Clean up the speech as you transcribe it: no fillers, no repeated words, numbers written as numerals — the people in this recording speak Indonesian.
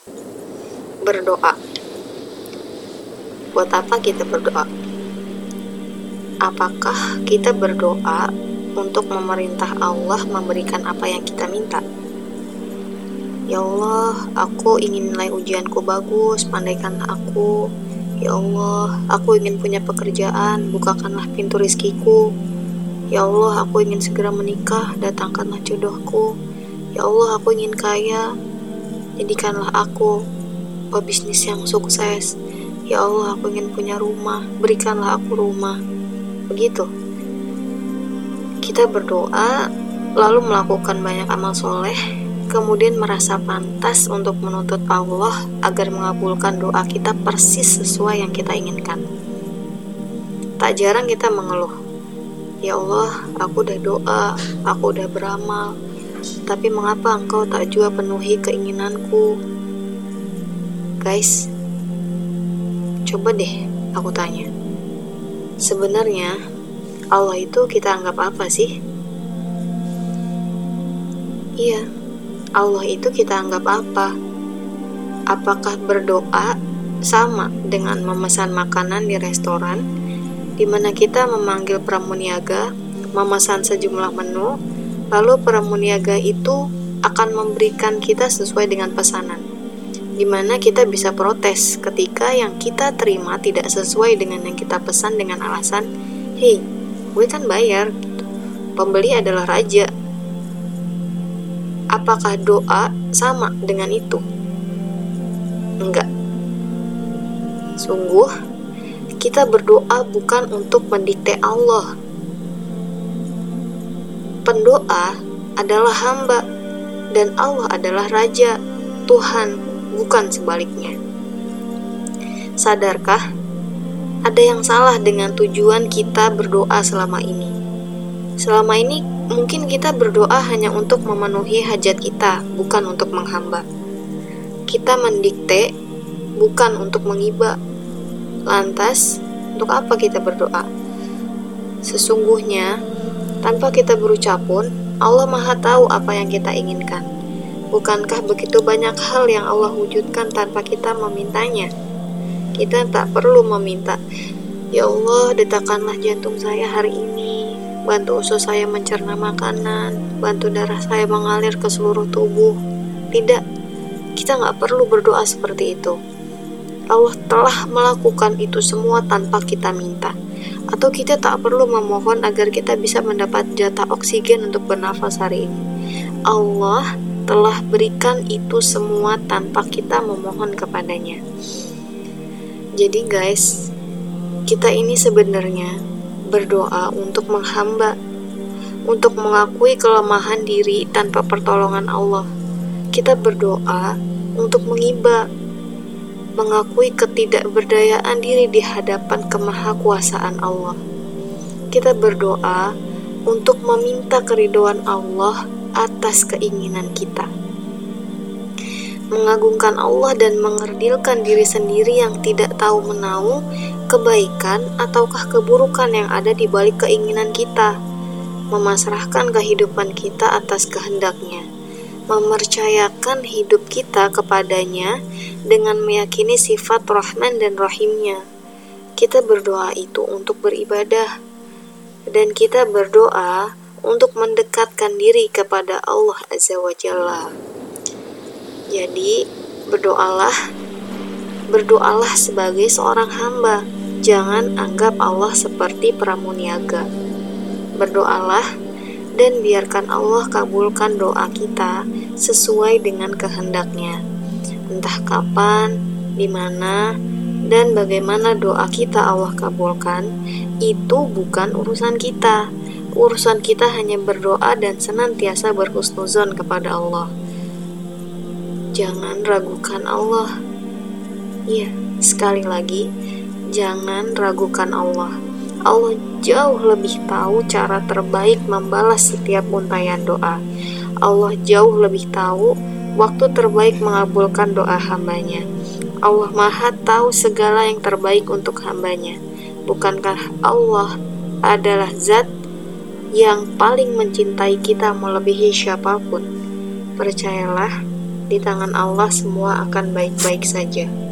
Berdoa. Buat apa kita berdoa? Apakah kita berdoa untuk memerintah Allah memberikan apa yang kita minta? Ya Allah, aku ingin nilai ujianku bagus, pandaikanlah aku. Ya Allah, aku ingin punya pekerjaan, bukakanlah pintu rizkiku. Ya Allah, aku ingin segera menikah, datangkanlah jodohku. Ya Allah, aku ingin kaya, jadikanlah aku pebisnis yang sukses. Ya Allah, aku ingin punya rumah, berikanlah aku rumah. Begitu. Kita berdoa, lalu melakukan banyak amal soleh, kemudian merasa pantas untuk menuntut Allah agar mengabulkan doa kita persis sesuai yang kita inginkan. Tak jarang kita mengeluh, ya Allah, aku udah doa, aku udah beramal, tapi mengapa engkau tak juga penuhi keinginanku? Guys, coba deh aku tanya, sebenarnya Allah itu kita anggap apa sih? Iya, Allah itu kita anggap apa? Apakah berdoa sama dengan memesan makanan di restoran, di mana kita memanggil pramuniaga, memesan sejumlah menu, lalu pramuniaga itu akan memberikan kita sesuai dengan pesanan, di mana kita bisa protes ketika yang kita terima tidak sesuai dengan yang kita pesan dengan alasan, "Hei, gue kan bayar, pembeli adalah raja." Apakah doa sama dengan itu? Enggak. Sungguh, kita berdoa bukan untuk mendikte Allah. Pendoa adalah hamba, dan Allah adalah raja, Tuhan, bukan sebaliknya. Sadarkah? Ada yang salah dengan tujuan kita berdoa selama ini. Selama ini mungkin kita berdoa hanya untuk memenuhi hajat kita, bukan untuk menghamba. Kita mendikte, bukan untuk mengiba. Lantas, untuk apa kita berdoa? Sesungguhnya, tanpa kita berucap pun, Allah Maha Tahu apa yang kita inginkan. Bukankah begitu banyak hal yang Allah wujudkan tanpa kita memintanya? Kita tak perlu meminta, "Ya Allah, detakkanlah jantung saya hari ini, bantu usus saya mencerna makanan, bantu darah saya mengalir ke seluruh tubuh." Tidak, kita gak perlu berdoa seperti itu. Allah telah melakukan itu semua tanpa kita minta. Atau kita tak perlu memohon agar kita bisa mendapat jatah oksigen untuk bernafas hari ini. Allah telah berikan itu semua tanpa kita memohon kepadanya. Jadi guys, kita ini sebenarnya berdoa untuk menghamba, untuk mengakui kelemahan diri tanpa pertolongan Allah. Kita berdoa untuk mengiba, mengakui ketidakberdayaan diri di hadapan kemahakuasaan Allah. Kita berdoa untuk meminta keridhaan Allah atas keinginan kita, mengagungkan Allah dan mengerdilkan diri sendiri yang tidak tahu menahu kebaikan ataukah keburukan yang ada di balik keinginan kita, memasrahkan kehidupan kita atas kehendaknya, mempercayakan hidup kita kepadanya dengan meyakini sifat Rahman dan Rahimnya. Kita berdoa itu untuk beribadah, dan kita berdoa untuk mendekatkan diri kepada Allah Azza wa Jalla. Jadi, berdoalah sebagai seorang hamba. Jangan anggap Allah seperti pramuniaga. Berdoalah dan biarkan Allah kabulkan doa kita sesuai dengan kehendaknya. Entah kapan, di mana, dan bagaimana doa kita Allah kabulkan, itu bukan urusan kita. Urusan kita hanya berdoa dan senantiasa berhusnuzon kepada Allah. Jangan ragukan Allah. Iya, sekali lagi, jangan ragukan Allah. Allah jauh lebih tahu cara terbaik membalas setiap untayan doa. Allah jauh lebih tahu waktu terbaik mengabulkan doa hambanya. Allah Maha tahu segala yang terbaik untuk hambanya. Bukankah Allah adalah zat yang paling mencintai kita melebihi siapapun? Percayalah, Di tangan Allah semua akan baik-baik saja.